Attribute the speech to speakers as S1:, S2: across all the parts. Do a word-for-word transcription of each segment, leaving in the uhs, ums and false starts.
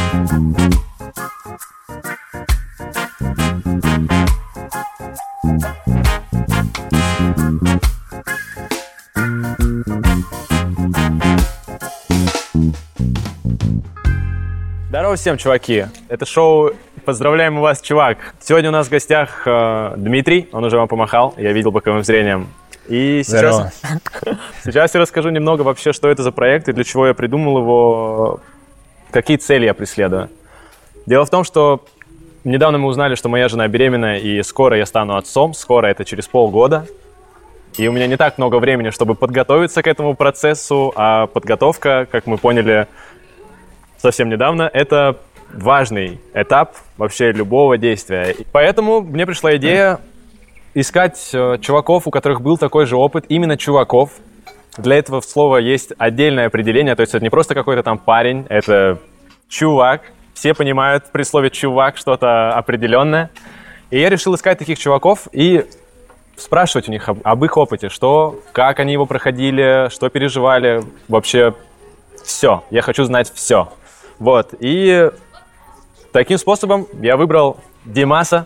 S1: Здорово всем, чуваки! Это шоу «Поздравляем вас, чувак!». Сегодня у нас в гостях э, Дмитрий, он уже вам помахал, я видел боковым зрением. И сейчас, сейчас я расскажу немного вообще, что это за проект и для чего я придумал его, какие цели я преследую. Дело в том, что недавно мы узнали, что моя жена беременна, и скоро я стану отцом, скоро это через полгода. И у меня не так много времени, чтобы подготовиться к этому процессу, а подготовка, как мы поняли совсем недавно, это важный этап вообще любого действия. И поэтому мне пришла идея искать э, чуваков, у которых был такой же опыт, именно чуваков. Для этого слова есть отдельное определение, то есть это не просто какой-то там парень, это чувак. Все понимают при слове «чувак» что-то определенное. И я решил искать таких чуваков и спрашивать у них об, об их опыте, что, как они его проходили, что переживали, вообще все. Я хочу знать все. Вот, и таким способом я выбрал Димаса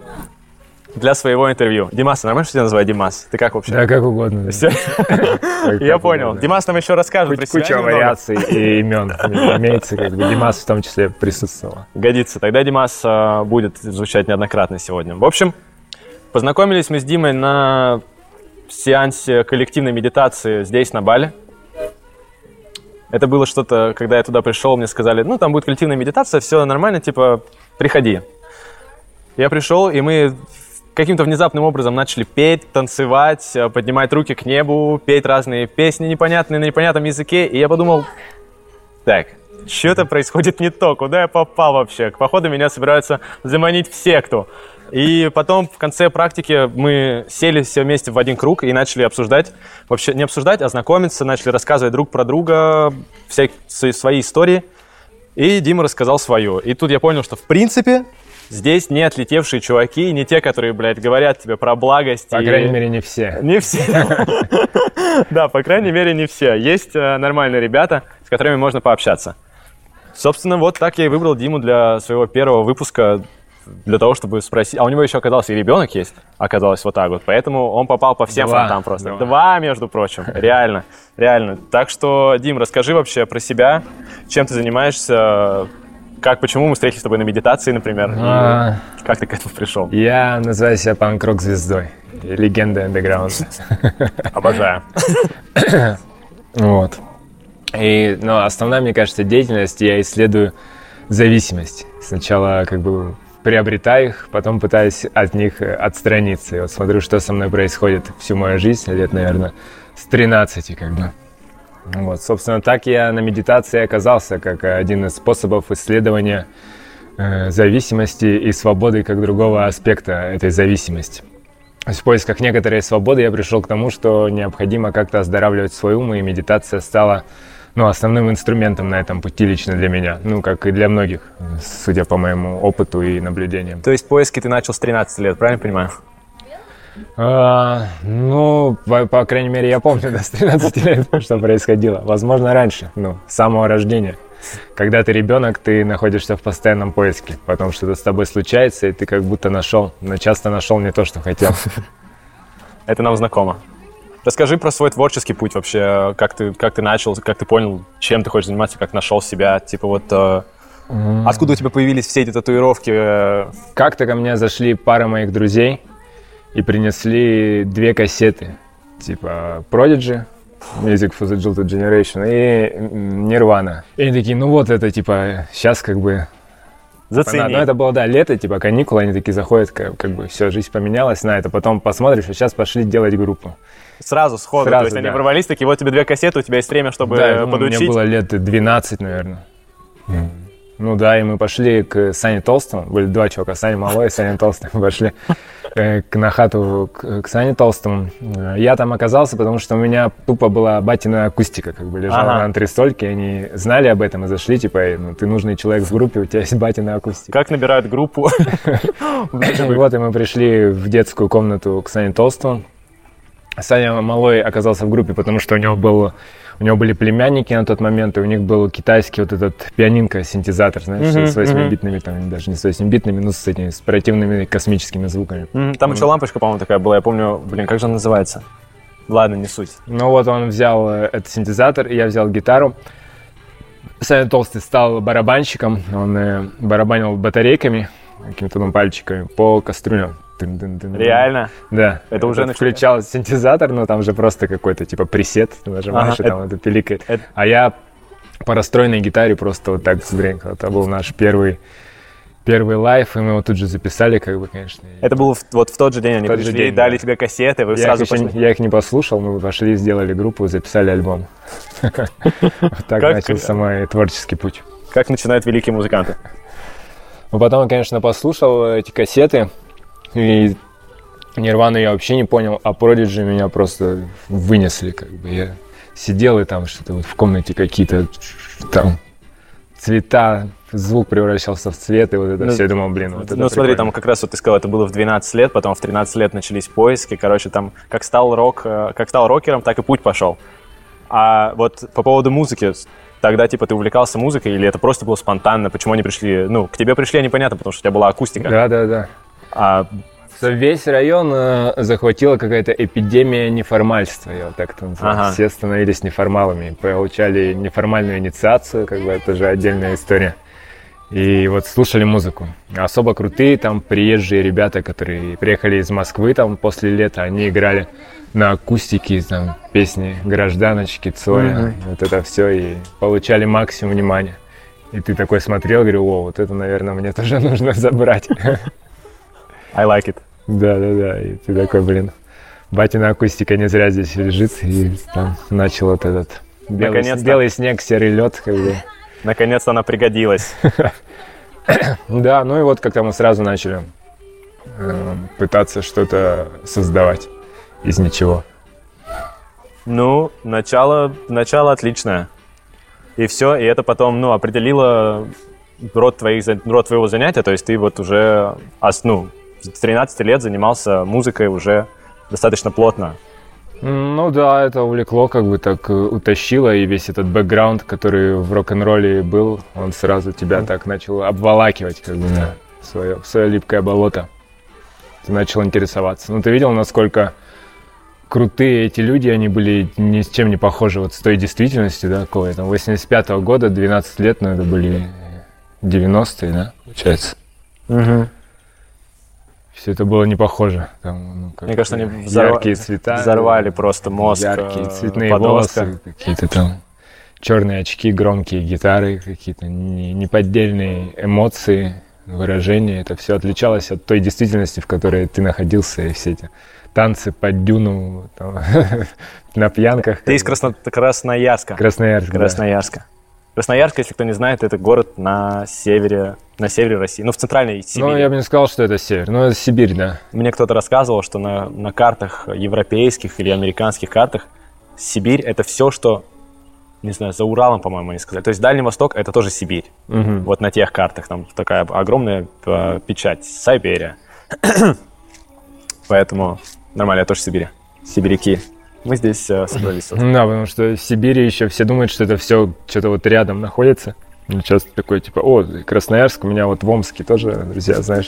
S1: для своего интервью. Димас, нормально, что тебя называют Димас? Ты как вообще?
S2: Да, как угодно.
S1: Все? Я понял. Димас нам еще расскажет про себя.
S2: Куча вариаций и имен имеется, как бы Димас в том числе присутствовал.
S1: Годится. Тогда Димас будет звучать неоднократно сегодня. В общем, познакомились мы с Димой на сеансе коллективной медитации здесь, на Бали. Это было что-то, когда я туда пришел, мне сказали, ну, там будет коллективная медитация, все нормально, типа, приходи. Я пришел, и мы каким-то внезапным образом начали петь, танцевать, поднимать руки к небу, петь разные песни непонятные на непонятном языке, и я подумал, так, что-то происходит не то, куда я попал вообще? Походу, меня собираются заманить в секту. И потом в конце практики мы сели все вместе в один круг и начали обсуждать, вообще не обсуждать, а знакомиться, начали рассказывать друг про друга всякие свои истории. И Дима рассказал свою. И тут я понял, что в принципе здесь не отлетевшие чуваки, не те, которые, блядь, говорят тебе про благость.
S2: По крайней мере, не все.
S1: Не все. Да, по крайней мере, не все. Есть нормальные ребята, с которыми можно пообщаться. Собственно, вот так я и выбрал Диму для своего первого выпуска, для того, чтобы спросить... А у него еще оказался и ребенок есть, оказалось вот так вот. Поэтому он попал по всем
S2: Два.
S1: фронтам просто.
S2: Два.
S1: Два, между прочим. Реально, реально. Так что, Дим, расскажи вообще про себя, чем ты занимаешься, как, почему мы встретились с тобой на медитации, например,
S2: А...
S1: и как ты к этому пришел?
S2: Я называю себя панк-рок звездой, легенда андеграунда.
S1: Обожаю.
S2: Вот. И, ну, основная, мне кажется, деятельность, я исследую зависимость. Сначала как бы приобретаю их, потом пытаюсь от них отстраниться. И вот смотрю, что со мной происходит всю мою жизнь, лет, наверное, с тринадцати как бы. Вот, собственно, так я на медитации оказался, как один из способов исследования э, зависимости и свободы как другого аспекта этой зависимости. То есть в поисках некоторой свободы я пришел к тому, что необходимо как-то оздоравливать свой ум, и медитация стала ну, основным инструментом на этом пути лично для меня, ну, как и для многих, судя по моему опыту и наблюдениям.
S1: То есть поиски ты начал с тринадцати лет, правильно понимаю?
S2: А, ну, по, по крайней мере, я помню, да, с тринадцати лет, что происходило. Возможно, раньше, ну, с самого рождения. Когда ты ребенок, ты находишься в постоянном поиске, потом что-то с тобой случается, и ты как будто нашел, но часто нашел не то, что хотел.
S1: Это нам знакомо. Расскажи про свой творческий путь вообще, как ты, как ты начал, как ты понял, чем ты хочешь заниматься, как нашел себя, типа вот... Э, mm. Откуда у тебя появились все эти татуировки?
S2: Как-то ко мне зашли пара моих друзей и принесли две кассеты, типа Prodigy, Music for the Jilted Generation и Nirvana. И они такие, ну вот это, типа, сейчас как бы...
S1: Зацени.
S2: Ну, это было, да, лето, типа, каникулы, они такие заходят, как, как бы, все, жизнь поменялась на это, потом посмотришь, и сейчас пошли делать группу.
S1: Сразу, сходу,
S2: Сразу,
S1: то есть
S2: да.
S1: они ворвались, такие, вот тебе две кассеты, у тебя есть время, чтобы
S2: да,
S1: подучить.
S2: Ну, мне было лет двенадцать, наверное. Mm. Ну да, и мы пошли к Сане Толстому, были два чувака, Саня Малой и Саня Толстый, мы пошли э, к, на хату к, к Сане Толстому. Я там оказался, потому что у меня тупо была батиная акустика, как бы лежала ага. на антресольке, они знали об этом и зашли, типа, ну ты нужный человек в группе, у тебя есть батиная акустика.
S1: Как набирают группу?
S2: Вот, и мы пришли в детскую комнату к Сане Толстому. Саня Малой оказался в группе, потому что у него был У него были племянники на тот момент, и у них был китайский вот этот пианинка-синтезатор, знаешь, mm-hmm, с восьмибитными, mm-hmm. там, даже не с восьмибитными, но с этими, с противными космическими звуками.
S1: Mm-hmm. Там mm-hmm. еще лампочка, по-моему, такая была, я помню, блин, как же она называется? Ладно, не суть.
S2: Ну вот он взял этот синтезатор, и я взял гитару. Саня Толстый стал барабанщиком, он э, барабанил батарейками, какими-то там пальчиками по кастрюлям.
S1: Реально?
S2: Да.
S1: Это уже
S2: начало... Включал синтезатор, но там же просто какой-то типа пресет, нажимаешь, ага, и там это, это пиликает. Это... А я по расстроенной гитаре просто вот так сбренькал. Это был наш первый, первый лайв, и мы его тут же записали, как бы, конечно.
S1: Это было в, вот в тот же день, они пришли, день, дали да. тебе кассеты, вы
S2: я
S1: сразу
S2: их
S1: пошли?
S2: Еще, я их не послушал, мы пошли, сделали группу, записали альбом. Вот так начался мой творческий путь.
S1: Как начинают великие музыканты?
S2: Ну, потом, конечно, послушал эти кассеты, и Нирвану я вообще не понял, а Prodigy меня просто вынесли, как бы. Я сидел и там что-то вот в комнате какие-то там цвета, звук превращался в цвет, и вот это ну, все, я думал, блин, вот это
S1: Ну, смотри, там как раз вот ты сказал, это было в двенадцать лет, потом в тринадцать лет начались поиски, короче, там как стал рок, как стал рокером, так и путь пошел. А вот по поводу музыки, тогда, типа, ты увлекался музыкой, или это просто было спонтанно? Почему они пришли? Ну, к тебе пришли, непонятно, потому что у тебя была акустика.
S2: Да, да, да.
S1: А...
S2: Весь район э, захватила какая-то эпидемия неформальства, я вот так это называю. Ага. Все становились неформалами, получали неформальную инициацию, как бы это же отдельная история. И вот слушали музыку. Особо крутые там приезжие ребята, которые приехали из Москвы там после лета, они играли на акустике там песни «Гражданочки», «Цоя», mm-hmm. вот это все, и получали максимум внимания. И ты такой смотрел, говорю, о, вот это, наверное, мне тоже нужно забрать.
S1: I like it.
S2: Да-да-да, и ты такой, блин, батина акустика не зря здесь лежит, и там начал вот этот белый, белый снег, серый лед, как бы.
S1: Наконец-то она пригодилась.
S2: Да, ну и вот как-то мы сразу начали э, пытаться что-то создавать из ничего.
S1: Ну, начало, начало отличное. И все, и это потом, ну, определило род, твоих, род твоего занятия, то есть ты вот уже, ну, с тринадцати лет занимался музыкой уже достаточно плотно.
S2: Ну да, это увлекло, как бы так утащило, и весь этот бэкграунд, который в рок-н-ролле был, он сразу тебя mm. так начал обволакивать, как бы, да, в свое, в свое липкое болото. Ты начал интересоваться. Ну ты видел, насколько крутые эти люди, они были ни с чем не похожи вот с той действительностью, да, какой там восемьдесят пятого года, двенадцать лет, но это были девяностые, да, получается.
S1: Mm-hmm.
S2: Все это было не похоже. Там, ну, как
S1: Мне кажется, они взорв...
S2: яркие цвета,
S1: взорвали просто мозг.
S2: Яркие цветные подростка. Волосы, какие-то там черные очки, громкие гитары, какие-то неподдельные эмоции, выражения. Это все отличалось от той действительности, в которой ты находился, и все эти танцы под дюну там, на пьянках.
S1: Ты из Красно... Красноярска.
S2: Красноярск,
S1: Красноярска. Да. Красноярск, если кто не знает, это город на севере, на севере России, ну в центральной Сибири.
S2: Ну, я бы не сказал, что это север, но это Сибирь, да.
S1: Мне кто-то рассказывал, что на, на картах европейских или американских картах Сибирь — это все, что, не знаю, за Уралом, по-моему, они сказали. То есть Дальний Восток — это тоже Сибирь. Угу. Вот на тех картах там такая огромная э, печать — Сайберия. Поэтому нормально, я тоже в Сибири. Сибиряки. Мы здесь э, собрались.
S2: Да, потому что в Сибири еще все думают, что это все что-то вот рядом находится. И часто такой, типа, о, Красноярск, у меня вот в Омске тоже, друзья, знаешь,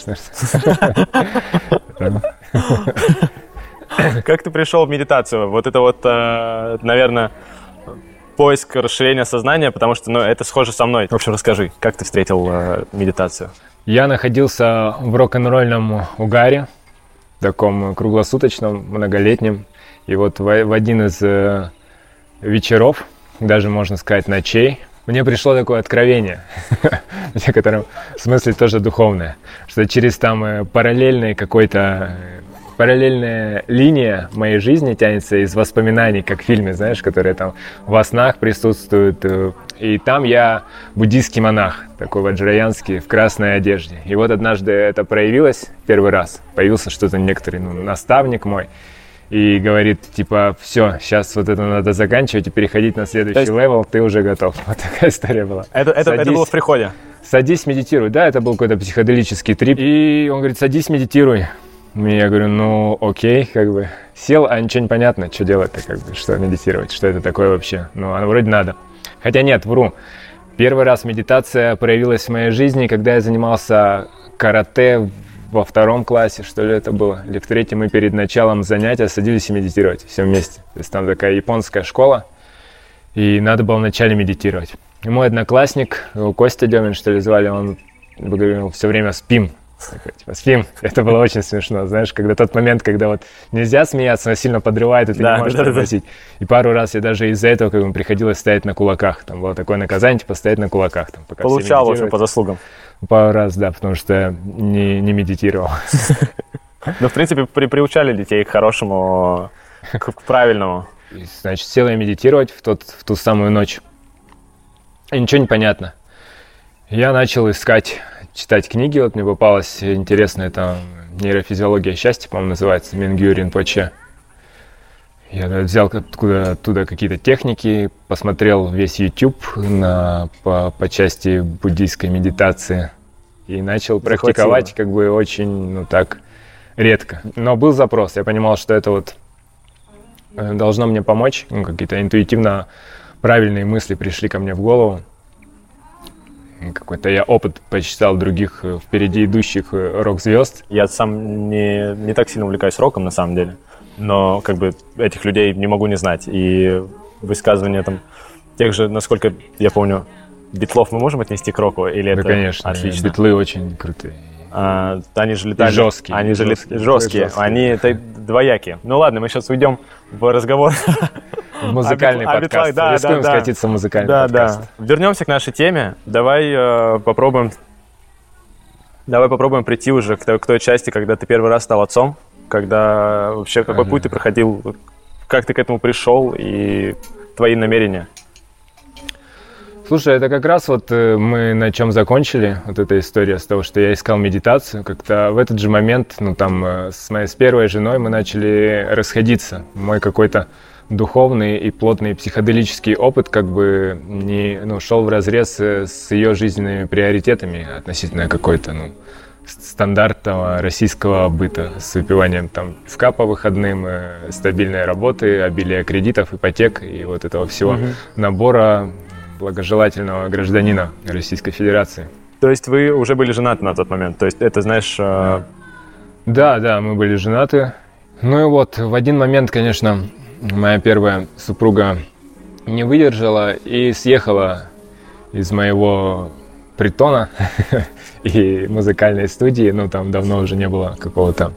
S1: Как ты пришел в медитацию? Вот это вот, наверное, поиск расширения сознания, потому что, ну, это схоже со мной. В общем, расскажи, как ты встретил медитацию?
S2: Я находился в рок-н-ролльном угаре, таком круглосуточном, многолетнем. И вот в, в один из э, вечеров, даже можно сказать ночей, мне пришло такое откровение, в некотором смысле тоже духовное, что через там э, параллельный какой-то, э, параллельная линия моей жизни тянется из воспоминаний, как в фильме, знаешь, которые там во снах присутствуют. Э, и там я буддийский монах, такой ваджраянский, в красной одежде. И вот однажды это проявилось первый раз, появился что-то некоторый ну, наставник мой, и говорит, типа, все, сейчас вот это надо заканчивать и переходить на следующий есть... левел, ты уже готов. Вот такая история была.
S1: Это, это, это было в приходе?
S2: Садись, медитируй. Да, это был какой-то психоделический трип. И он говорит, садись, медитируй. Я говорю, ну окей, как бы. Сел, а ничего не понятно, что делать-то, как бы, что медитировать, что это такое вообще. Ну, оно вроде надо. Хотя нет, вру. Первый раз медитация проявилась в моей жизни, когда я занимался карате во втором классе, что ли это было, или в третьем, и перед началом занятия садились и медитировать все вместе. То есть там такая японская школа, и надо было вначале медитировать. И мой одноклассник, его Костя Демин, что ли, звали, он говорил все время «спим». Такой, типа, спим. Это было очень смешно, знаешь, когда тот момент, когда вот нельзя смеяться, но сильно подрывает, и ты да, не можешь да, попросить. Да. И пару раз я даже из-за этого как бы приходилось стоять на кулаках. Там было такое наказание, типа стоять на кулаках. Там, пока
S1: получал уже по заслугам.
S2: Пару раз, да, потому что не, не медитировал.
S1: Ну, в принципе, при, приучали детей к хорошему, к, к правильному.
S2: И, значит, сел я медитировать в, тот, в ту самую ночь. И ничего не понятно. Я начал искать, читать книги. Вот мне попалась интересная там нейрофизиология счастья, по-моему, называется, Мингю Ринпоче. Я взял откуда, оттуда какие-то техники, посмотрел весь YouTube на, по, по части буддийской медитации и начал Захватило. практиковать как бы очень, ну так, редко. Но был запрос, я понимал, что это вот должно мне помочь, ну, какие-то интуитивно правильные мысли пришли ко мне в голову. Какой-то я опыт почитал других впереди идущих рок-звезд.
S1: Я сам не, не так сильно увлекаюсь роком, на самом деле. Но как бы этих людей не могу не знать. И высказывания там тех же, насколько я помню, Битлов мы можем отнести к року? Или
S2: да,
S1: это
S2: конечно.
S1: Отлично?
S2: Битлы очень крутые.
S1: А, они же летали...
S2: И жесткие.
S1: Они же
S2: жесткие,
S1: жесткие. жесткие. Они это двоякие. Ну ладно, мы сейчас уйдем в разговор.
S2: В музыкальный а, подкаст. А, да, Рискуем да, скатиться в музыкальный да, подкаст.
S1: Да. Вернемся к нашей теме. Давай э, попробуем... Давай попробуем прийти уже к той, к той части, когда ты первый раз стал отцом. Когда вообще какой ага. путь ты проходил, как ты к этому пришел и твои намерения?
S2: Слушай, это как раз вот мы на чем закончили, вот эта история с того, что я искал медитацию. Как-то в этот же момент, ну там, с моей с первой женой мы начали расходиться. Мой какой-то духовный и плотный психоделический опыт как бы не, ну, шел вразрез с ее жизненными приоритетами относительно какой-то, ну, стандартного российского быта с выпиванием там пивка по выходным, э, стабильной работы, обилие кредитов, ипотек и вот этого всего угу. набора благожелательного гражданина Российской Федерации.
S1: То есть вы уже были женаты на тот момент? То есть это, знаешь... Э...
S2: Да, да, мы были женаты. Ну и вот в один момент, конечно, моя первая супруга не выдержала и съехала из моего притона и музыкальной студии, ну там давно уже не было какого-то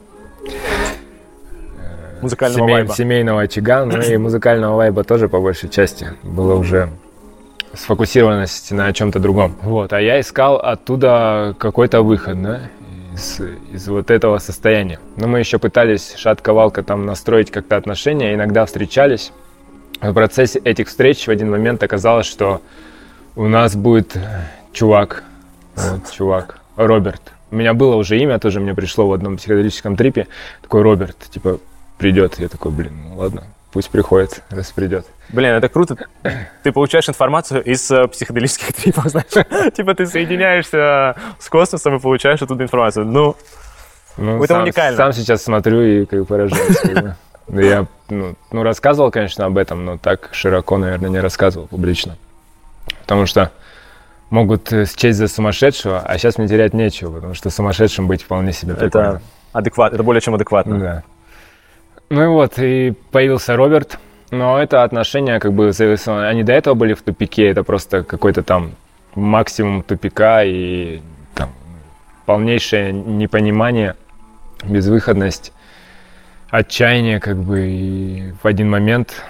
S1: музыкального
S2: семей,
S1: вайба.
S2: семейного очага, но и музыкального вайба тоже по большей части было уже сфокусированность на чем-то другом. Вот, а я искал оттуда какой-то выход, да, из, из вот этого состояния. Но мы еще пытались шатко-валко там настроить как-то отношения, иногда встречались. В процессе этих встреч в один момент оказалось, что у нас будет чувак, вот, чувак, Роберт. У меня было уже имя, тоже мне пришло в одном психоделическом трипе, такой Роберт, типа, придет. Я такой, блин, ну ладно, пусть приходит, раз придет.
S1: Блин, это круто. Ты получаешь информацию из uh, психоделических трипов, знаешь. Типа ты соединяешься с космосом и получаешь оттуда информацию. Ну,
S2: ну
S1: это
S2: сам,
S1: уникально.
S2: Сам сейчас смотрю и как бы поражаюсь. Да я, ну, ну, рассказывал, конечно, об этом, но так широко, наверное, не рассказывал публично. Потому что могут счесть за сумасшедшего, а сейчас мне терять нечего, потому что сумасшедшим быть вполне себе прикольно.
S1: Это адекватно, это более чем адекватно.
S2: Да. Ну и вот, и появился Роберт, но это отношения как бы, они до этого были в тупике, это просто какой-то там максимум тупика и там полнейшее непонимание, безвыходность, отчаяние как бы, и в один момент...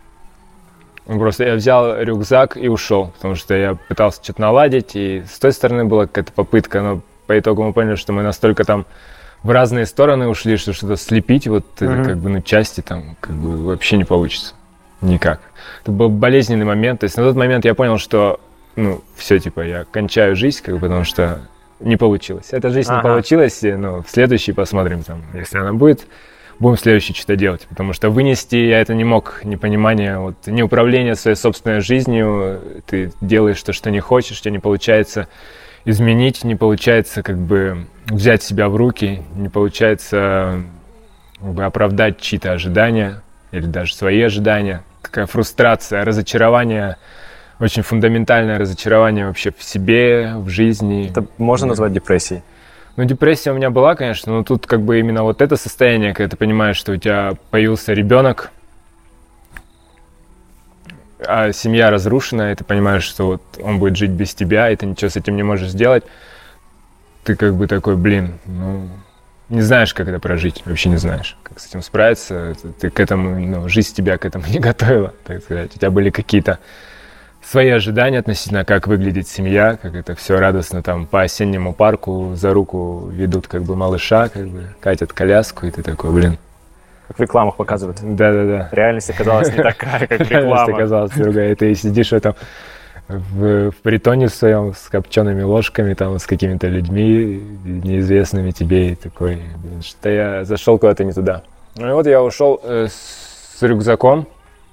S2: Просто я взял рюкзак и ушел, потому что я пытался что-то наладить, и с той стороны была какая-то попытка, но по итогу мы поняли, что мы настолько там в разные стороны ушли, что что-то слепить, вот mm-hmm. это, как бы, ну, части там как бы вообще не получится. Никак. Это был болезненный момент, то есть на тот момент я понял, что, ну, все, типа, я кончаю жизнь, как бы, потому что не получилось. Эта жизнь ага. не получилась, но в следующий посмотрим, там, если она будет. Будем следующее что-то делать, потому что вынести я это не мог, непонимание, вот, неуправление своей собственной жизнью, ты делаешь то, что не хочешь, у тебя не получается, изменить, не получается как бы взять себя в руки, не получается как бы оправдать чьи-то ожидания или даже свои ожидания. Какая фрустрация, разочарование, очень фундаментальное разочарование вообще в себе, в жизни.
S1: Это можно назвать депрессией?
S2: Ну, депрессия у меня была, конечно, но тут как бы именно вот это состояние, когда ты понимаешь, что у тебя появился ребенок, а семья разрушена, и ты понимаешь, что вот он будет жить без тебя, и ты ничего с этим не можешь сделать, ты как бы такой, блин, ну, не знаешь, как это прожить, вообще не знаешь, как с этим справиться, ты к этому, ну, жизнь тебя к этому не готовила, так сказать, у тебя были какие-то свои ожидания относительно, как выглядит семья, как это все радостно там по осеннему парку за руку ведут как бы малыша, как бы катят коляску, и ты такой, блин.
S1: Как в рекламах показывают.
S2: Да-да-да.
S1: Реальность оказалась не такая, как реклама.
S2: Реальность оказалась другая. И ты сидишь в этом в, в притоне своем с копчеными ложками, там, с какими-то людьми неизвестными тебе, и такой, что я зашел куда-то не туда. Ну и вот я ушел э, с рюкзаком,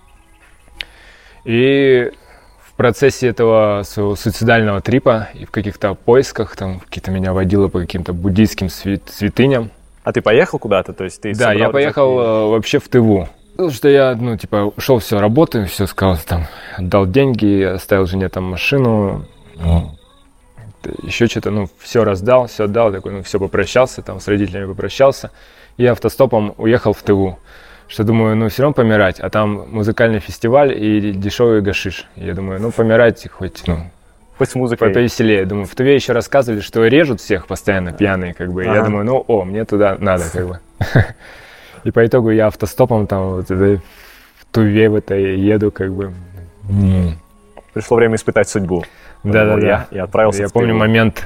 S2: и в процессе этого своего суицидального трипа и в каких-то поисках, там, какие-то меня водило по каким-то буддийским свят- святыням.
S1: А ты поехал куда-то? То есть ты
S2: Да, я поехал
S1: рюкзак...
S2: вообще в Тыву. Потому что я, ну, типа, ушел, все, работаю, все, сказал, там, отдал деньги, оставил жене там машину, ну, еще что-то, ну, все раздал, все отдал, такой, ну, все, попрощался, там, с родителями попрощался, и автостопом уехал в Тыву. Что думаю, ну, все равно помирать, а там музыкальный фестиваль и дешевый гашиш. И я думаю, ну, помирать хоть, ну,
S1: хоть с музыкой.
S2: Повеселее. Думаю, в Туве еще рассказывали, что режут всех постоянно пьяные, как бы. И я думаю, ну, о, мне туда надо, как бы. И по итогу я автостопом там вот в Туве в этой еду, как бы.
S1: Пришло время испытать судьбу.
S2: Да-да-да.
S1: Я отправился.
S2: Я помню момент.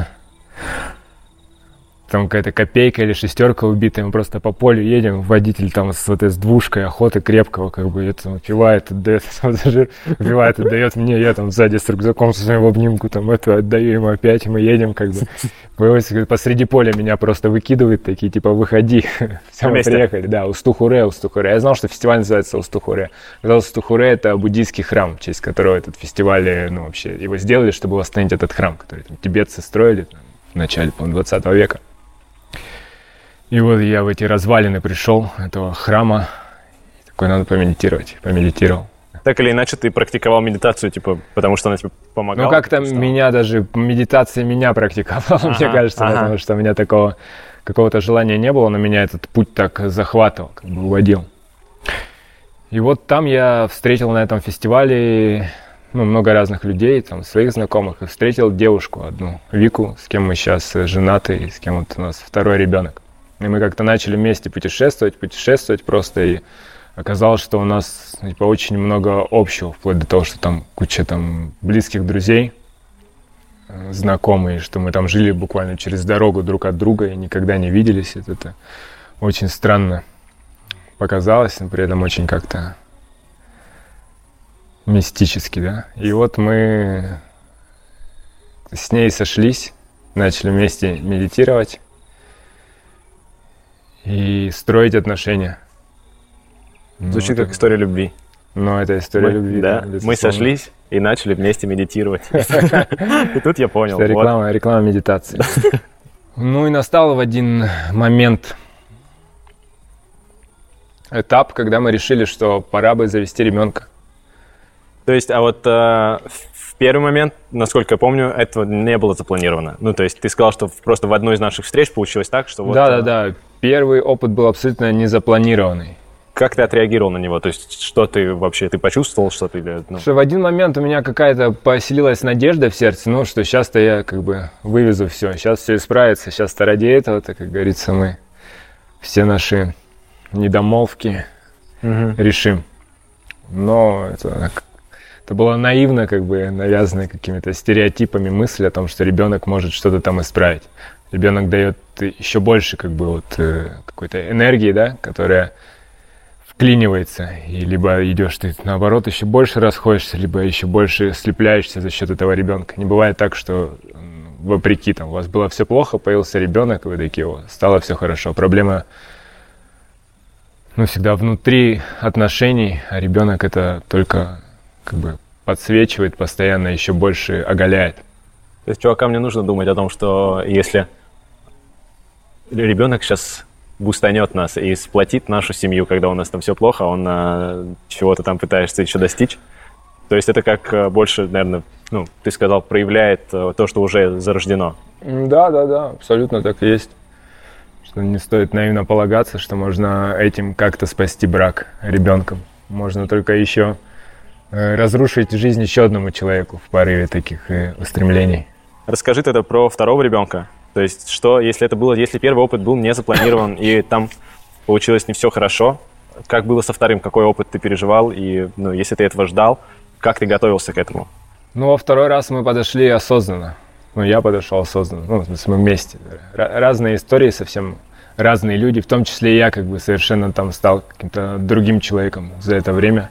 S2: Там какая-то копейка или шестерка убитая, мы просто по полю едем, водитель там с вот этой с двушкой охоты крепкого, как бы, это выпивает, отдает, выпивает, отдает мне, я там сзади с рюкзаком со своим в обнимку, там, это отдаю ему опять, и мы едем, как бы, посреди поля меня просто выкидывает, такие, типа, выходи, все, мы приехали, да, Усту-Хуре, Усту-Хуре. Я знал, что фестиваль называется Усту-Хуре. Оказалось, Усту-Хуре — это буддийский храм, в честь которого этот фестиваль, ну, вообще, его сделали, чтобы восстановить этот храм, который там тибетцы строили там, в начале, по-моему, двадцатого века. И вот я в эти развалины пришел, этого храма, и такой, надо помедитировать, помедитировал.
S1: Так или иначе ты практиковал медитацию, типа, потому что она тебе помогала?
S2: Ну, как-то меня даже, медитация меня практиковала, ага, мне кажется, ага. Потому что у меня такого какого-то желания не было, но меня этот путь так захватывал, как бы уводил. И вот там я встретил на этом фестивале, ну, много разных людей, там, своих знакомых, и встретил девушку одну, Вику, с кем мы сейчас женаты, и с кем вот у нас второй ребенок. И мы как-то начали вместе путешествовать, путешествовать просто, и оказалось, что у нас, типа, очень много общего, вплоть до того, что там куча там близких друзей, знакомые, что мы там жили буквально через дорогу друг от друга и никогда не виделись. Это, это очень странно показалось, но при этом очень как-то мистически, да. И вот мы с ней сошлись, начали вместе медитировать и строить отношения.
S1: Звучит
S2: ну,
S1: как история любви.
S2: Ну, это история
S1: мы,
S2: любви.
S1: Да,
S2: да,
S1: мы сошлись и начали вместе медитировать. И тут я понял.
S2: Это реклама, реклама медитации. Ну и настал в один момент этап, когда мы решили, что пора бы завести ребенка.
S1: То есть, а вот э, в первый момент, насколько я помню, этого не было запланировано. Ну, то есть, ты сказал, что просто в одной из наших встреч получилось так, что вот...
S2: Да-да-да, первый опыт был абсолютно незапланированный.
S1: Как ты отреагировал на него? То есть, что ты вообще, ты почувствовал, что ты... Ну...
S2: Что в один момент у меня какая-то поселилась надежда в сердце, ну, что сейчас-то я как бы вывезу все, сейчас все исправится, сейчас-то ради этого-то, как говорится, мы все наши недомолвки угу. решим. Но это... Это было наивно, как бы навязано какими-то стереотипами мысли о том, что ребенок может что-то там исправить. Ребенок дает еще больше как бы вот какой-то энергии, да, которая вклинивается, и либо идешь ты наоборот еще больше расходишься, либо еще больше слепляешься за счет этого ребенка. Не бывает так, что вопреки там у вас было все плохо, появился ребенок, и вы такие, о, стало все хорошо. Проблема, ну, всегда внутри отношений, а ребенок это только как бы подсвечивает, постоянно еще больше оголяет.
S1: То есть чувакам не нужно думать о том, что если ребенок сейчас бустанет нас и сплотит нашу семью, когда у нас там все плохо, он а, чего-то там пытаешься еще достичь. То есть это как больше, наверное, ну, ты сказал, проявляет то, что уже зарождено.
S2: Да, да, да, абсолютно так и есть. Что не стоит наивно полагаться, что можно этим как-то спасти брак ребенком. Можно только еще разрушить жизнь еще одному человеку в порыве таких устремлений.
S1: Расскажи тогда про второго ребенка. То есть, что, если это было, если первый опыт был не запланирован и там получилось не все хорошо, как было со вторым, какой опыт ты переживал и, ну, если ты этого ждал, как ты готовился к этому?
S2: Ну, во второй раз мы подошли осознанно. Ну, я подошел осознанно. Ну, в смысле, мы вместе. Р- разные истории, совсем разные люди, в том числе и я как бы совершенно там стал каким-то другим человеком за это время.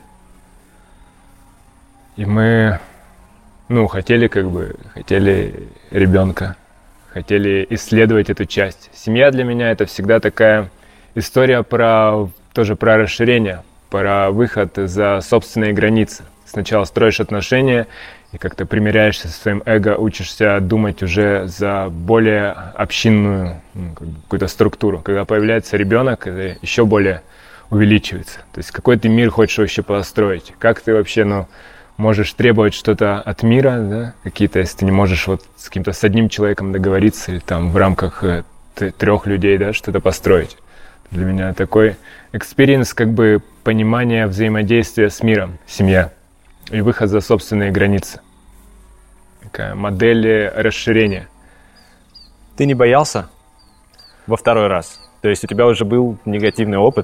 S2: И мы, ну, хотели как бы, хотели ребенка, хотели исследовать эту часть. Семья для меня это всегда такая история про, тоже про расширение, про выход за собственные границы. Сначала строишь отношения и как-то примиряешься со своим эго, учишься думать уже за более общинную, ну, как бы какую-то структуру. Когда появляется ребенок, это еще более увеличивается. То есть какой ты мир хочешь вообще построить? Как ты вообще, ну, можешь требовать что-то от мира, да? Какие-то, если ты не можешь вот с каким-то с одним человеком договориться или там в рамках э, трех людей, да, что-то построить. Для меня такой экспириенс, как бы понимание взаимодействия с миром, семья. И выход за собственные границы. Такая модель расширения.
S1: Ты не боялся во второй раз? То есть у тебя уже был негативный опыт,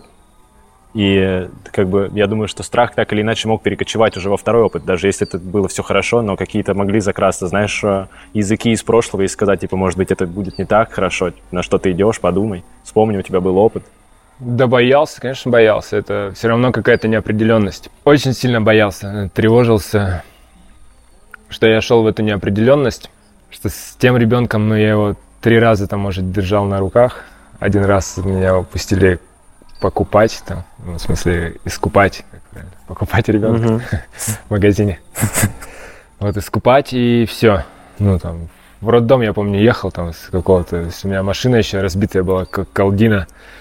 S1: и как бы я думаю, что страх так или иначе мог перекочевать уже во второй опыт, даже если это было все хорошо, но какие-то могли закрасться, знаешь, языки из прошлого и сказать, типа, может быть, это будет не так хорошо, на что ты идешь, подумай, вспомни, у тебя был опыт.
S2: Да боялся, конечно, боялся. Это все равно какая-то неопределенность. Очень сильно боялся, тревожился, что я шел в эту неопределенность, что с тем ребенком, ну, я его три раза, там, может, держал на руках. Один раз меня пустили покупать, там, ну, в смысле, искупать, как правильно, покупать ребенка uh-huh. в магазине. Вот, искупать, и все. Ну, там, в роддом, я помню, ехал там с какого-то, у меня машина еще разбитая была, как колдина.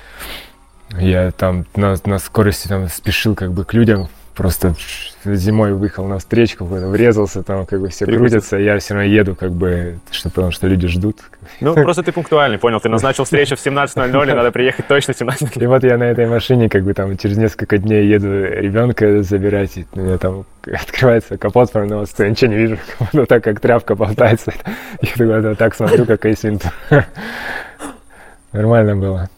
S2: Я там на, на скорости там спешил как бы к людям, просто зимой выехал на встречку, врезался, там как бы все крутятся, я все равно еду как бы, что, потому что люди ждут.
S1: Ну, просто ты пунктуальный, понял, ты назначил встречу в семнадцать ноль ноль, и надо приехать точно в семнадцать ноль ноль.
S2: И вот я на этой машине как бы там через несколько дней еду ребенка забирать, и у меня там открывается капот, но я ничего не вижу, ну так как тряпка болтается, я тогда вот так смотрю, как Эйсвинт. Нормально было.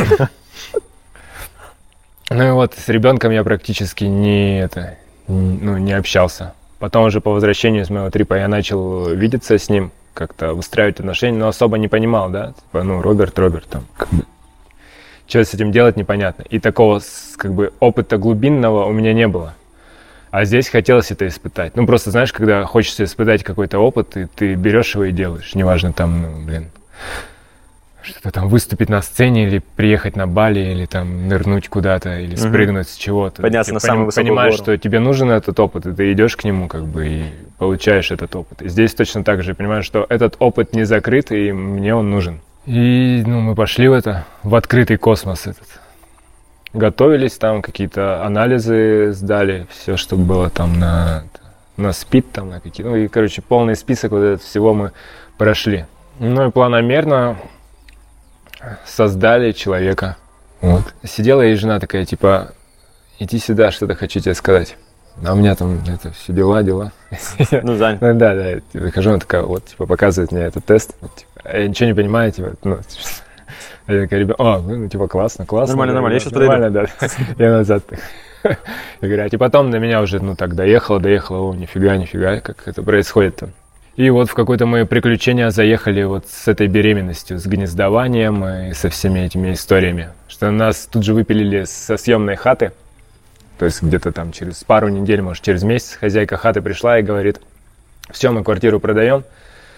S2: Ну и вот с ребенком я практически не, это, ну, не общался. Потом уже по возвращению с моего трипа я начал видеться с ним, как-то выстраивать отношения, но особо не понимал, да, типа, ну, Роберт, Роберт, там, как бы, что с этим делать, непонятно. И такого, как бы, опыта глубинного у меня не было. А здесь хотелось это испытать. Ну, просто, знаешь, когда хочется испытать какой-то опыт, и ты берешь его и делаешь, неважно, там, ну, блин, что-то там выступить на сцене, или приехать на Бали, или там нырнуть куда-то, или спрыгнуть угу. с чего-то.
S1: Подняться ты на самый высокий гору.
S2: Понимаешь, что тебе нужен этот опыт, и ты идешь к нему, как бы, и получаешь этот опыт. И здесь точно так же понимаешь, что этот опыт не закрыт, и мне он нужен. И, ну, мы пошли в это, в открытый космос этот. Готовились там, какие-то анализы сдали, все, что было там на, на СПИД, там, на какие-то, ну, и, короче, полный список вот этого всего мы прошли. Ну, и планомерно создали человека. Вот. Сидела и жена такая, типа, иди сюда, что-то хочу тебе сказать. А у меня там это все дела, дела.
S1: Ну, занят.
S2: Ну, да, да. Я выхожу, она такая, вот, типа, показывает мне этот тест. Вот, типа, я ничего не понимаю, типа, ну, я такая, ребята, о, ну, типа, классно, классно.
S1: Нормально,
S2: да,
S1: нормально,
S2: да,
S1: я сейчас подойду.
S2: Нормально, да. Я назад. Я говорю, а типа, потом до меня уже, ну, так доехала, доехала, о, нифига, нифига, как это происходит-то. И вот в какое-то мои приключения заехали вот с этой беременностью, с гнездованием и со всеми этими историями. Что нас тут же выпилили со съемной хаты. То есть где-то там через пару недель, может через месяц, хозяйка хаты пришла и говорит, все, мы квартиру продаем.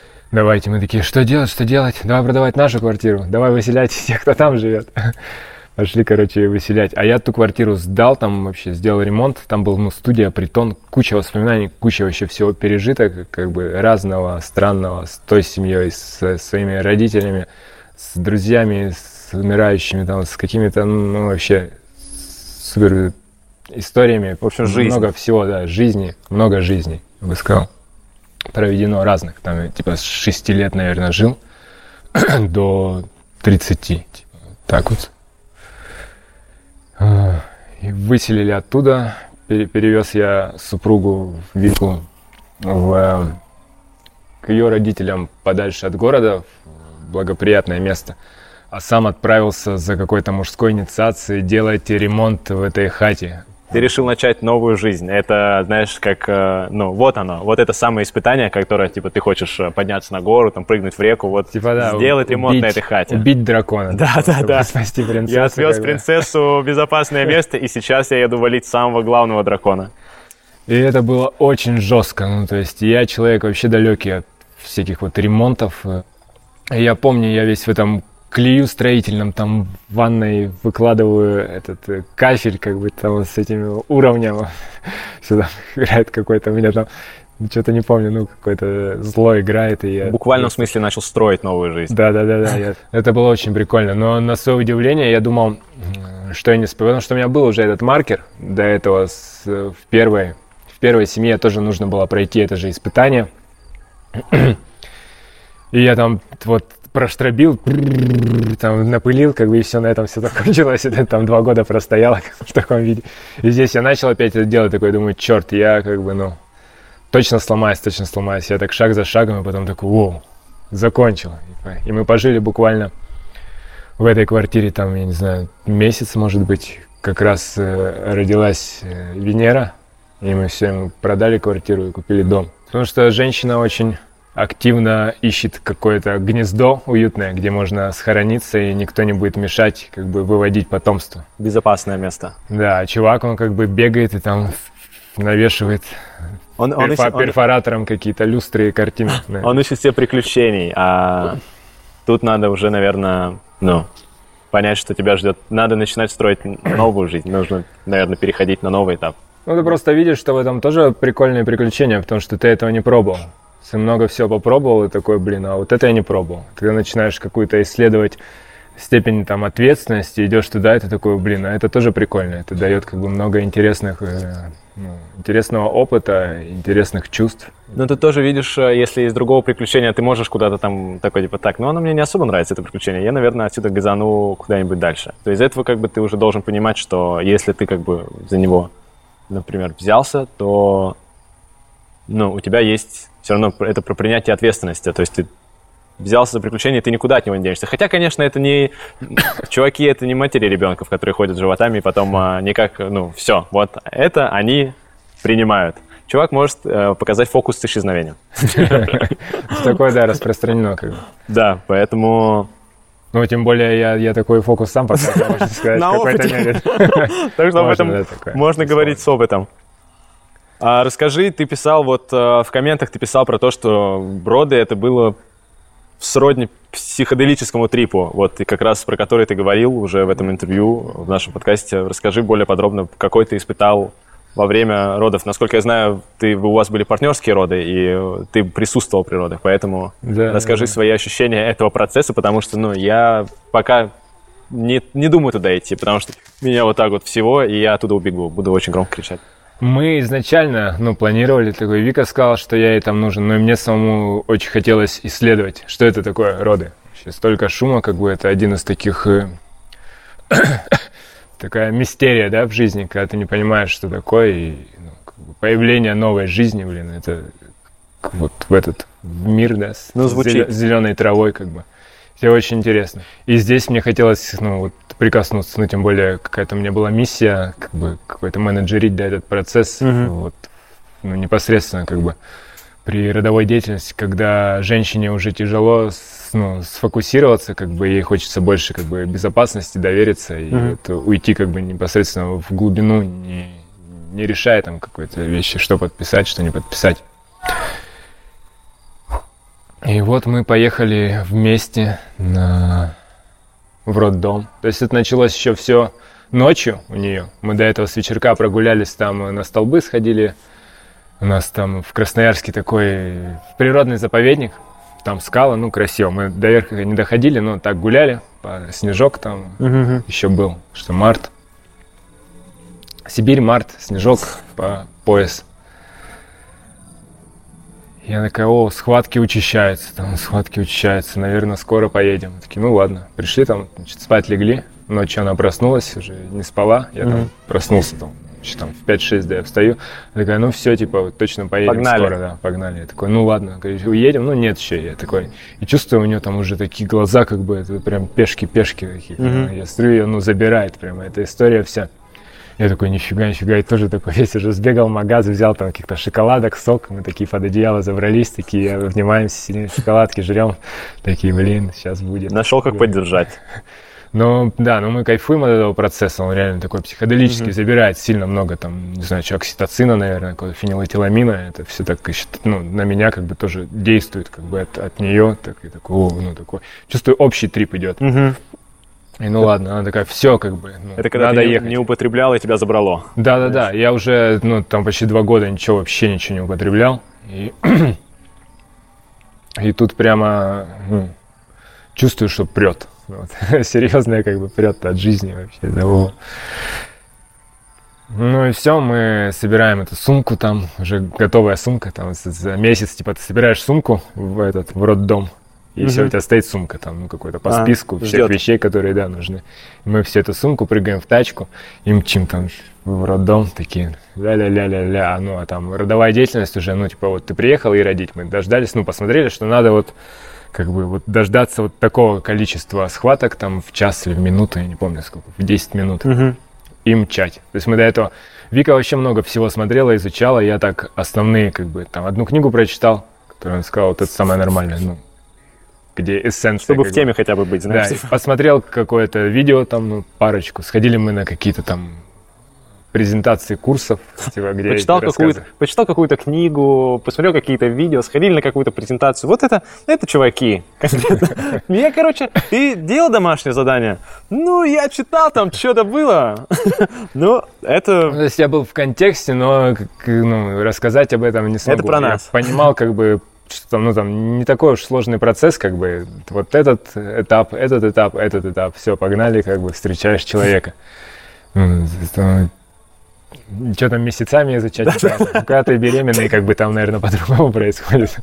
S2: Давайте. Мы такие, что делать, что делать? Давай продавать нашу квартиру, давай выселять тех, кто там живет. Пошли, короче, выселять. А я ту квартиру сдал, там вообще сделал ремонт. Там был, ну, студия, притон, куча воспоминаний, куча вообще всего пережиток, как бы разного, странного, с той семьей, с своими родителями, с друзьями, с умирающими, там, с какими-то, ну, вообще супер историями.
S1: В общем, жизнь.
S2: Много всего, да, жизни, много жизней, я бы сказал, проведено разных. Там я, типа, с шести лет, наверное, жил до тридцати, типа, так вот. И выселили оттуда, перевез я супругу Вику в, к ее родителям подальше от города, в благоприятное место, а сам отправился за какой-то мужской инициацией делать ремонт в этой хате.
S1: Ты решил начать новую жизнь. Это, знаешь, как, ну, вот оно, вот это самое испытание, которое, типа, ты хочешь подняться на гору, там, прыгнуть в реку, вот,
S2: типа, да,
S1: сделать
S2: убить,
S1: ремонт на этой хате.
S2: Убить дракона.
S1: Да, да, да.
S2: Спасти принцессу.
S1: Я отвез принцессу в безопасное место, и сейчас я еду валить самого главного дракона.
S2: И это было очень жестко, ну, то есть я человек вообще далекий от всяких вот ремонтов. И я помню, я весь в этом клею строительном, там в ванной выкладываю этот кафель, как бы там с этим уровнем. Сюда играет какой-то, у меня там, что-то не помню, ну какой-то зло играет. И я...
S1: В буквальном смысле начал строить новую жизнь.
S2: Да-да-да, это было очень прикольно. Но на свое удивление я думал, что я не спою, потому что у меня был уже этот маркер до этого с, в первой, в первой семье тоже нужно было пройти это же испытание. И я там вот проштробил, там напылил, как бы и все, на этом все закончилось. Это там два года простояло в таком виде. И здесь я начал опять это делать, такой, думаю, черт, я как бы, ну, точно сломаюсь, точно сломаюсь. Я так шаг за шагом, и потом такой, воу, закончил. И мы пожили буквально в этой квартире, там, я не знаю, месяц, может быть, как раз э, родилась э, Венера, и мы все, мы продали квартиру и купили дом. Потому что женщина очень активно ищет какое-то гнездо уютное, где можно схорониться, и никто не будет мешать, как бы, выводить потомство.
S1: Безопасное место.
S2: Да, чувак, он как бы бегает и там навешивает
S1: он, он
S2: перфо-
S1: ищет,
S2: перфоратором он... какие-то люстры и картины.
S1: Он ищет себе приключений, а тут надо уже, наверное, ну, понять, что тебя ждет. Надо начинать строить новую жизнь, нужно, наверное, переходить на новый этап.
S2: Ну, ты просто видишь, что в этом тоже прикольные приключения, потому что ты этого не пробовал. Ты много всего попробовал и такой, блин, а вот это я не пробовал. Когда начинаешь какую-то исследовать степень там ответственности, идешь туда, и ты такой, блин, а это тоже прикольно. Это дает как бы много интересных, ну, интересного опыта, интересных чувств.
S1: Ну, ты тоже видишь, если из другого приключения ты можешь куда-то там такой, типа, так, ну, оно мне не особо нравится, это приключение, я, наверное, отсюда газану куда-нибудь дальше. То из этого как бы ты уже должен понимать, что если ты как бы за него, например, взялся, то, ну, у тебя есть все равно это про принятие ответственности. То есть ты взялся за приключение, ты никуда от него не денешься. Хотя, конечно, это не... Чуваки, это не матери ребенков, которые ходят с животами и потом а, никак, ну, все, вот это они принимают. Чувак может э, показать фокус с исчезновением.
S2: Такое, да, распространено как бы.
S1: Да, поэтому...
S2: Ну, тем более, я, я такой фокус сам показал, можно сказать, в какой-то мере.
S1: Так что об этом можно говорить с опытом. А расскажи, ты писал вот в комментах, ты писал про то, что Броды это было сродни психоделическому трипу, вот, и как раз про который ты говорил уже в этом интервью, в нашем подкасте. Расскажи более подробно, какой ты испытал во время родов. Насколько я знаю, ты, у вас были партнерские роды, и ты присутствовал при родах, поэтому да, расскажи да. свои ощущения этого процесса, потому что, ну, я пока не, не думаю туда идти, потому что меня вот так вот всего, и я оттуда убегу, буду очень громко кричать.
S2: Мы изначально, ну, планировали такой, Вика сказала, что я ей там нужен, но мне самому очень хотелось исследовать, что это такое роды. Вообще столько шума, как бы это один из таких, такая мистерия, да, в жизни, когда ты не понимаешь, что такое, и ну, как бы появление новой жизни, блин, это вот в этот в мир, да, с
S1: ну,
S2: зеленой травой, как бы. Все очень интересно. И здесь мне хотелось, ну, вот, прикоснуться, ну, тем более какая-то у меня была миссия, как бы, какой-то менеджерить, да, этот процесс, mm-hmm. вот, ну, непосредственно, как бы, при родовой деятельности, когда женщине уже тяжело, ну, сфокусироваться, как бы, ей хочется больше, как бы, безопасности, довериться и mm-hmm. вот, уйти, как бы, непосредственно в глубину, не, не решая там какой-то вещи, что подписать, что не подписать. И вот мы поехали вместе на в роддом. То есть это началось еще все ночью у нее. Мы до этого с вечерка прогулялись, там на столбы сходили. У нас там в Красноярске такой природный заповедник. Там скалы, ну, красиво. Мы до верха не доходили, но так гуляли. Снежок там uh-huh. еще был, что март. Сибирь, март, снежок по пояс. Я такая, о, схватки учащаются, там схватки учащаются, наверное, скоро поедем. Такие, ну ладно, пришли там, значит, спать легли. Ночью она проснулась, уже не спала, я mm-hmm. там проснулся там, значит, там в пять-шесть, да, я встаю. Я такая, ну все, типа, точно поедем
S1: погнали.
S2: Скоро, да, погнали. Я такой, ну ладно, говорю, уедем, ну нет еще, я такой. И чувствую, у нее там уже такие глаза, как бы, это прям пешки-пешки такие. Mm-hmm. Я смотрю, ее, ну, забирает прямо, эта история вся. Я такой, нифига, нифига, и тоже такой весь уже сбегал в магаз, взял там каких-то шоколадок, сок, мы такие под одеяло забрались, такие, обнимаемся, сидим, шоколадки жрем, такие, блин, сейчас будет.
S1: Нашел, как поддержать.
S2: Ну, да, ну мы кайфуем от этого процесса, он реально такой психоделический, mm-hmm. забирает сильно много, там, не знаю, окситоцина, наверное, какого-то фенилэтиламина, это все так, ну, на меня как бы тоже действует, как бы от, от нее, так, и такой, о, ну, такой, чувствую, общий трип идет. Mm-hmm. И ну ладно, она такая, все как бы, ну,
S1: это когда
S2: надо
S1: ты не,
S2: ехать.
S1: Не употреблял и тебя забрало.
S2: Да-да-да, я уже, ну, там почти два года ничего, вообще ничего не употреблял. И, и тут прямо ну, чувствую, что прет. Вот. Серьезно, как бы прет от жизни вообще. Да, ну и все, мы собираем эту сумку там, уже готовая сумка, там за месяц, типа, ты собираешь сумку в этот, в роддом. И mm-hmm. все, у тебя стоит сумка там, ну, какой-то по а, списку всех ждет. Вещей, которые, да, нужны. И мы все эту сумку прыгаем в тачку, и мчим там в роддом, такие, ля-ля-ля-ля-ля, ну, а там родовая деятельность уже, ну, типа, вот ты приехал и родить, мы дождались, ну, посмотрели, что надо вот, как бы, вот дождаться вот такого количества схваток, там, в час или в минуту, я не помню сколько, в десять минут, mm-hmm. и мчать. То есть мы до этого, Вика вообще много всего смотрела, изучала, я так основные, как бы, там, одну книгу прочитал, которую он сказал, вот это самое нормальное, ну, где эссенция.
S1: Чтобы в теме бы, хотя бы быть, знаешь.
S2: Да, посмотрел какое-то видео, там, ну, парочку. Сходили мы на какие-то там презентации курсов, типа, где
S1: почитал какую-то, почитал какую-то книгу, посмотрел какие-то видео, сходили на какую-то презентацию. Вот это, это чуваки. Я, короче, ты делал домашнее задание? Ну, я читал, там что-то было. Ну, это...
S2: То есть я был в контексте, но рассказать об этом не смогу.
S1: Это про нас.
S2: Я понимал, как бы, что там, ну, там не такой уж сложный процесс, как бы, вот этот этап, этот этап, этот этап, все, погнали, как бы, встречаешь человека. Что там месяцами изучать? Когда ты беременный, как бы там, наверное, по-другому происходит.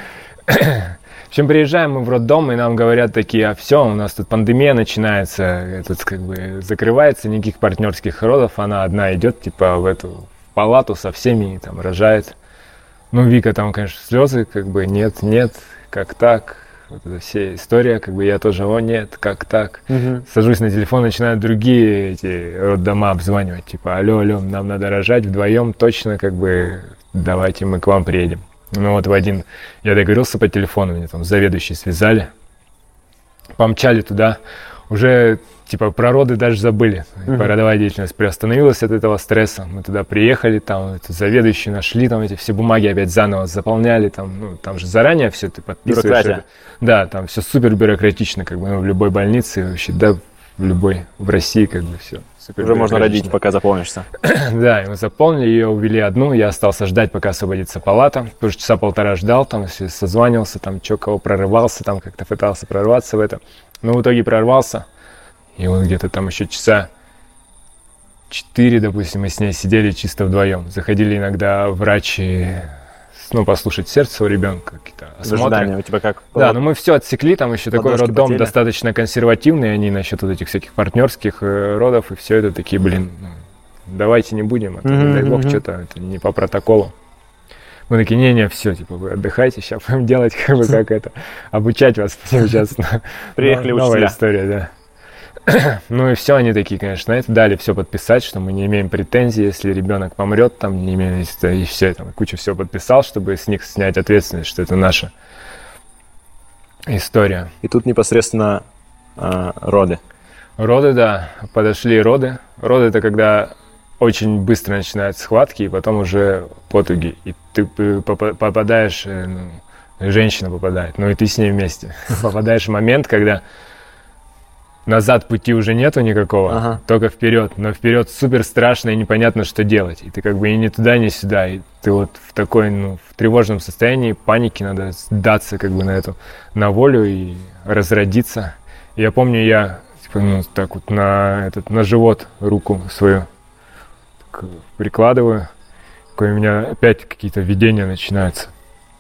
S2: В общем, приезжаем мы в роддом, и нам говорят такие, а все, у нас тут пандемия начинается, этот, как бы, закрывается, никаких партнерских родов, она одна идет, типа, в эту палату со всеми, и там рожает. Ну, Вика там, конечно, слезы, как бы, нет, нет, как так, вот эта вся история, как бы, я тоже, о, нет, как так. Угу. Сажусь на телефон, начинают другие эти роддома обзванивать, типа, алло, алло, нам надо рожать вдвоем, точно, как бы, давайте мы к вам приедем. Ну, вот в один, я договорился по телефону, меня там заведующие связали, помчали туда, уже... Типа, про роды даже забыли. Uh-huh. Родовая деятельность приостановилась от этого стресса. Мы туда приехали, там это, заведующие нашли, там эти все бумаги опять заново заполняли. Там, ну, там же заранее все ты подписываешь. Это. Да, там все супер бюрократично, как бы, ну, в любой больнице, вообще, да, в любой, в России, как бы, все.
S1: Уже можно родить, пока заполнишься.
S2: Да, и мы заполнили, ее увели одну, я остался ждать, пока освободится палата. Тоже часа полтора ждал, там, созванивался, там, чё, кого прорывался, там, как-то пытался прорваться в это. Но в итоге прорвался. И вот где-то там еще часа четыре, допустим, мы с ней сидели чисто вдвоем. Заходили иногда врачи, ну, послушать сердце у ребенка, какие-то осмотры.
S1: Ожидания у тебя как?
S2: Да, но мы все отсекли, там еще такой роддом потели. Достаточно консервативный, они насчет вот этих всяких партнерских родов, и все это такие, блин, ну, давайте не будем, а то, mm-hmm, дай бог, mm-hmm. что-то, это не по протоколу. Мы такие, не-не, все, типа, вы отдыхайте, сейчас будем делать, как бы, как это, обучать вас будем сейчас.
S1: Приехали учителя.
S2: Новая история, да. Ну и все, они такие, конечно, это дали все подписать, что мы не имеем претензий, если ребенок помрет, там не имеем, и все, там куча всего подписал, чтобы с них снять ответственность, что это наша история.
S1: И тут непосредственно э, роды.
S2: Роды, да, подошли роды. Роды — это когда очень быстро начинают схватки, и потом уже потуги, и ты попадаешь, ну, женщина попадает, ну и ты с ней вместе. Попадаешь в момент, когда назад пути уже нету никакого,
S1: ага.
S2: только вперед. Но вперед супер страшно и непонятно, что делать. И ты как бы и ни туда, ни сюда. И ты вот в такой, ну, в тревожном состоянии, панике, надо сдаться как бы на эту, на волю и разродиться. И я помню, я типа, ну, так вот на, этот, на живот руку свою так, прикладываю. Такое у меня опять какие-то видения начинаются.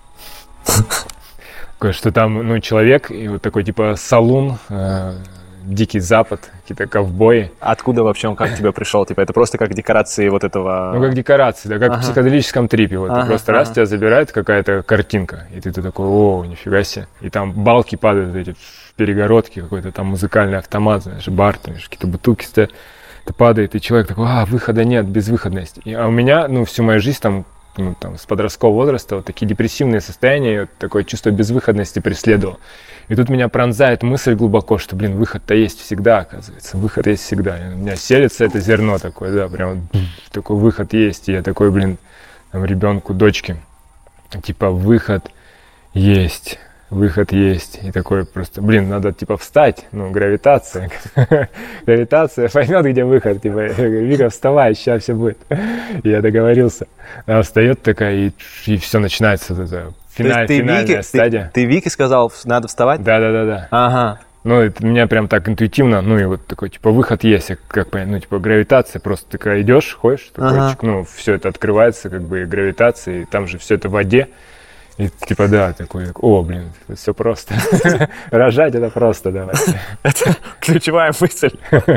S2: Что там, ну, человек, и вот такой, типа, салун, э, Дикий Запад, какие-то ковбои.
S1: Откуда вообще он, как к тебе пришел? Типа, это просто как декорации вот этого...
S2: Ну, как декорации, да, как
S1: ага.
S2: в психоделическом трипе. Вот
S1: ага,
S2: просто
S1: ага.
S2: раз тебя забирает какая-то картинка, и ты, ты такой, о, нифига себе. И там балки падают, эти перегородки, какой-то там музыкальный автомат, знаешь, бар, там какие-то бутылки стоят. Это падает, и человек такой, а, выхода нет, безвыходность. И, а у меня, ну, всю мою жизнь там, ну, там, с подросткового возраста вот такие депрессивные состояния, вот такое чувство безвыходности преследовало. И тут меня пронзает мысль глубоко, что, блин, выход-то есть всегда, оказывается. Выход есть всегда. И у меня селится это зерно такое, да, прям такой выход есть. И я такой, блин, там, ребенку, дочке, типа, выход есть. Выход есть. И такой просто, блин, надо, типа, встать. Ну, гравитация. Гравитация поймет, где выход. Типа, Вика, вставай, сейчас все будет. И я договорился. Она встает такая, и, и все начинается. Вот это, финаль, финальная
S1: Вики,
S2: стадия.
S1: Ты, ты Вике сказал, надо вставать?
S2: Да-да-да.
S1: Ага.
S2: Ну, это меня прям так интуитивно, ну, и вот такой, типа, выход есть, как понять, ну, типа, гравитация, просто такая идешь, ходишь, такой,
S1: ага.
S2: ну, все это открывается, как бы, гравитация, и там же все это в воде. И типа, да, такой, о, блин, это все просто. Рожать это просто, давай.
S1: Это ключевая мысль.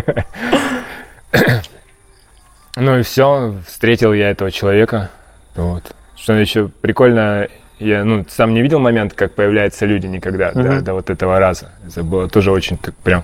S2: Ну и все, встретил я этого человека. Вот. Что еще прикольно, я, ну, сам не видел момент, как появляются люди никогда, uh-huh. до, до вот этого раза. Это было тоже очень так прям...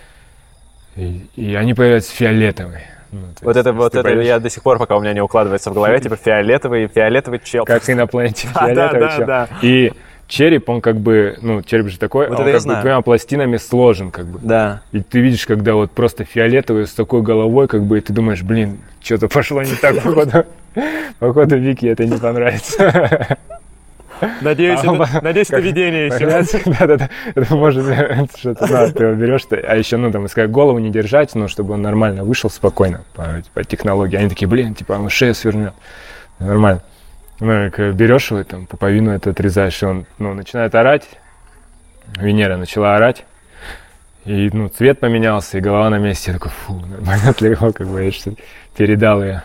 S2: И, и они появляются фиолетовые. Ну,
S1: вот это, вот это я до сих пор, пока у меня не укладывается в голове, типа фиолетовый, фиолетовый чел.
S2: Как и на планете фиолетовый
S1: да,
S2: чел.
S1: Да, да.
S2: И череп, он как бы, ну, череп же такой,
S1: вот
S2: он как бы двумя пластинами сложен, как бы.
S1: Да.
S2: И ты видишь, когда вот просто фиолетовый с такой головой, как бы, и ты думаешь, блин, что-то пошло не так, походу, походу Вике это не понравится.
S1: Надеюсь, а, это, как, надеюсь, это видение еще.
S2: Да-да-да, это может, что-то, да, ты его берешь, а еще, ну, там, сказать, голову не держать, ну, чтобы он нормально вышел спокойно по, по технологии. Они такие, блин, типа, он шею свернет. Нормально. Ну, берешь его, там, пуповину это отрезаешь, и он, ну, начинает орать. Венера начала орать. И, ну, цвет поменялся, и голова на месте. Я такой, фу, нормально отлегло, как бы, я что-то передал ее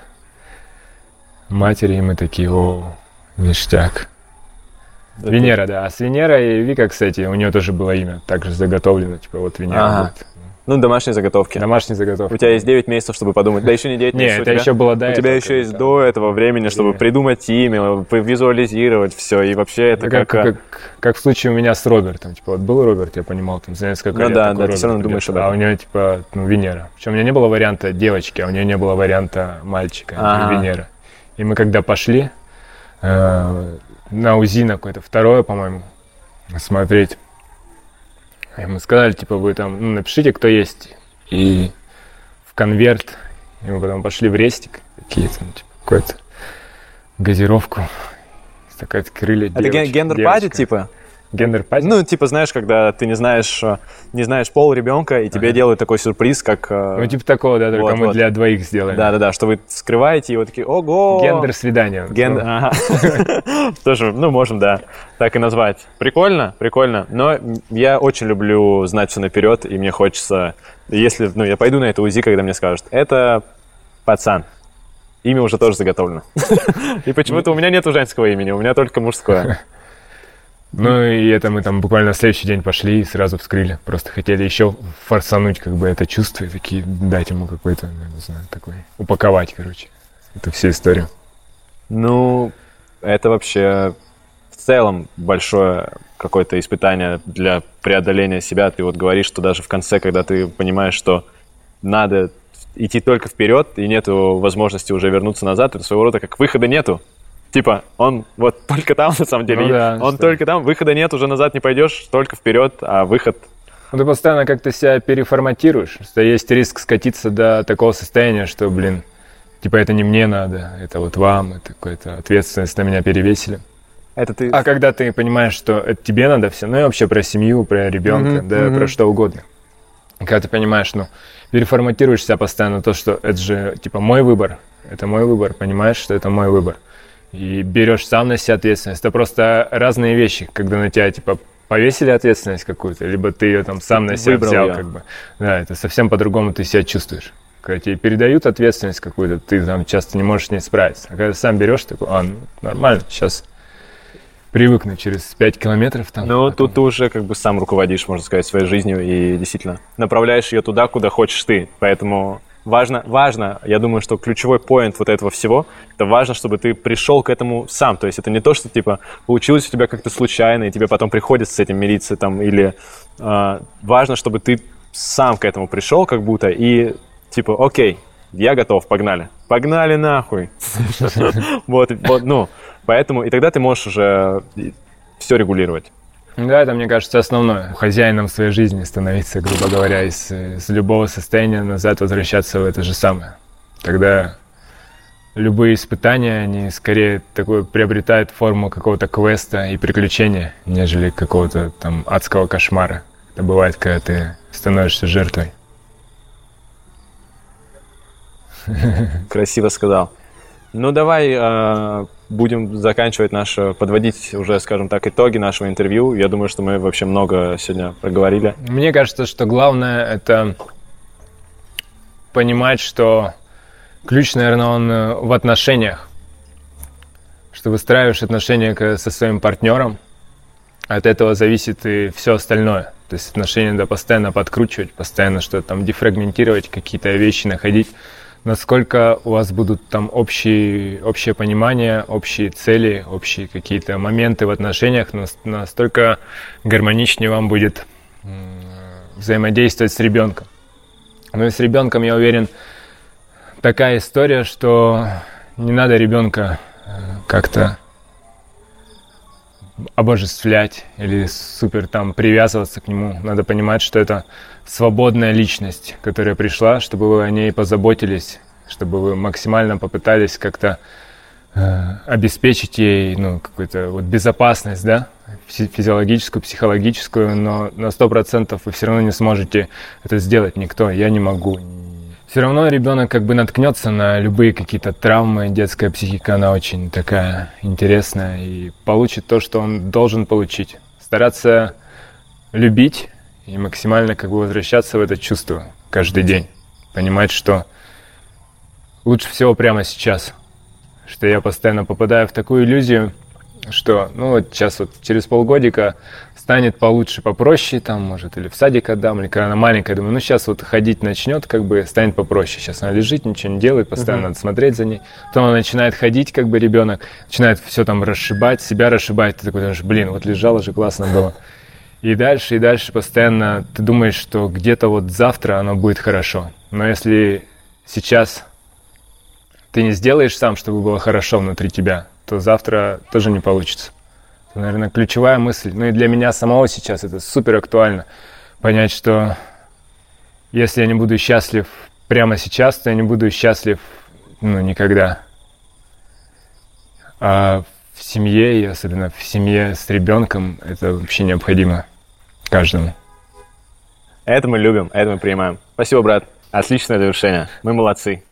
S2: матери, и мы такие, о, ништяк. Это... Венера, да. А с Венерой Вика, кстати, у нее тоже было имя, также заготовлено, типа вот Венера.
S1: Ага.
S2: Вот.
S1: Ну, домашние заготовки.
S2: Домашние заготовки.
S1: У тебя есть девять месяцев, чтобы подумать. Да еще не девять месяцев.
S2: Нет, это еще было до
S1: этого. У тебя еще есть до этого времени, чтобы придумать имя, визуализировать все. И вообще это
S2: как...
S1: Как,
S2: как, как в случае у меня с Робертом. Типа вот был Роберт, я понимал, там, за несколько
S1: ну,
S2: лет
S1: да,
S2: такой
S1: да,
S2: Роберт.
S1: ты все равно думаешь об этом.
S2: А у нее, типа, ну, Венера. Причем у меня не было варианта девочки, а у нее не было варианта мальчика, а Венера. И мы когда пошли э, на УЗИ на какое-то второе, по-моему, смотреть. И мы сказали, типа, вы там, ну, напишите, кто есть. И в конверт. И мы потом пошли в рестик. Какие-то, ну, типа, какую-то газировку. Так открыли.
S1: Это гендер-пати, типа?
S2: Гендер-пати?
S1: Ну, типа, знаешь, когда ты не знаешь, не знаешь пол ребенка, и тебе ага. делают такой сюрприз, как...
S2: Ну, типа такого, да, только вот, мы вот. для двоих сделали.
S1: Да-да-да, что вы вскрываете, и вот такие, ого!
S2: Гендер-свидание.
S1: Гендер, ага. Тоже, ну, можем, да, так и назвать. Прикольно, прикольно. Но я очень люблю знать все наперед, и мне хочется... Если, ну, я пойду на это УЗИ, когда мне скажут, это пацан. Имя уже тоже заготовлено. И почему-то у меня нет женского имени, у меня только мужское.
S2: Ну и это мы там буквально на следующий день пошли и сразу вскрыли. Просто хотели еще форсануть как бы это чувство и такие дать ему какой-то, не знаю, такой, упаковать, короче, эту всю историю.
S1: Ну, это вообще в целом большое какое-то испытание для преодоления себя. Ты вот говоришь, что даже в конце, когда ты понимаешь, что надо идти только вперед и нету возможности уже вернуться назад, это своего рода как выхода нету. Типа, он вот только там, на самом деле, ну, да, он что? Только там, выхода нет, уже назад не пойдешь, только вперед, а выход...
S2: Ну, ты постоянно как-то себя переформатируешь, что есть риск скатиться до такого состояния, что, блин, типа, это не мне надо, это вот вам, это какая-то ответственность на меня перевесили.
S1: Это ты...
S2: А когда ты понимаешь, что это тебе надо все, ну и вообще про семью, про ребенка, mm-hmm, да, mm-hmm. про что угодно. Когда ты понимаешь, ну, переформатируешь себя постоянно, то, что это же, типа, мой выбор, это мой выбор, понимаешь, что это мой выбор. И берешь сам на себя ответственность. Это просто разные вещи, когда на тебя, типа, повесили ответственность какую-то, либо ты ее там сам на себя
S1: Выбрал
S2: взял,
S1: ее.
S2: как бы. Да, это совсем по-другому ты себя чувствуешь. Когда тебе передают ответственность какую-то, ты там часто не можешь с ней справиться. А когда сам берешь, такой, а, ну, нормально, сейчас привыкну через пять километров там.
S1: Ну,
S2: потом...
S1: тут ты уже как бы сам руководишь, можно сказать, своей жизнью и действительно направляешь ее туда, куда хочешь ты. Поэтому важно, важно, я думаю, что ключевой поинт вот этого всего, это важно, чтобы ты пришел к этому сам. То есть это не то, что типа получилось у тебя как-то случайно, и тебе потом приходится с этим мириться там, или э, важно, чтобы ты сам к этому пришел как будто и типа, окей, я готов, погнали. Погнали нахуй. Вот, ну, поэтому, и тогда ты можешь уже все регулировать.
S2: Да, это, мне кажется, основное. Хозяином своей жизни становиться, грубо говоря, из, из любого состояния назад возвращаться в это же самое. Тогда любые испытания, они скорее такое приобретают форму какого-то квеста и приключения, нежели какого-то там адского кошмара. Это бывает, когда ты становишься жертвой.
S1: Красиво сказал. Ну, давай э, будем заканчивать наше, подводить уже, скажем так, итоги нашего интервью. Я думаю, что мы вообще много сегодня проговорили.
S2: Мне кажется, что главное — это понимать, что ключ, наверное, он в отношениях. Что выстраиваешь отношения со своим партнером, от этого зависит и все остальное. То есть отношения надо постоянно подкручивать, постоянно что-то там дефрагментировать, какие-то вещи находить. Насколько у вас будут там общие, общее понимание, общие цели, общие какие-то моменты в отношениях, настолько гармоничнее вам будет взаимодействовать с ребенком. Ну и с ребенком, я уверен, такая история, что не надо ребенка как-то обожествлять или супер там привязываться к нему. Надо понимать, что это свободная личность, которая пришла, чтобы вы о ней позаботились, чтобы вы максимально попытались как-то э, обеспечить ей, ну, какую-то вот безопасность, да, физиологическую, психологическую, но на сто процентов вы все равно не сможете это сделать, никто, я не могу. Все равно ребенок как бы наткнется на любые какие-то травмы, детская психика, она очень такая интересная, и получит то, что он должен получить. Стараться любить и максимально как бы возвращаться в это чувство каждый день. Понимать, что лучше всего прямо сейчас. Что я постоянно попадаю в такую иллюзию, что ну вот сейчас вот через полгодика станет получше, попроще, там, может, или в садик отдам, или когда она маленькая, думаю, ну сейчас вот ходить начнет, как бы станет попроще. Сейчас она лежит, ничего не делает, постоянно uh-huh. надо смотреть за ней. Потом она начинает ходить, как бы ребенок, начинает все там расшибать, себя расшибать. Ты такой думаешь, блин, вот лежала же, классно было. И дальше, и дальше постоянно ты думаешь, что где-то вот завтра оно будет хорошо. Но если сейчас ты не сделаешь сам, чтобы было хорошо внутри тебя, то завтра тоже не получится. Это, наверное, ключевая мысль. Ну и для меня самого сейчас это супер актуально. Понять, что если я не буду счастлив прямо сейчас, то я не буду счастлив, ну, никогда. А в семье, и особенно в семье с ребенком, это вообще необходимо каждому.
S1: Это мы любим, это мы принимаем. Спасибо, брат. Отличное завершение. Мы молодцы.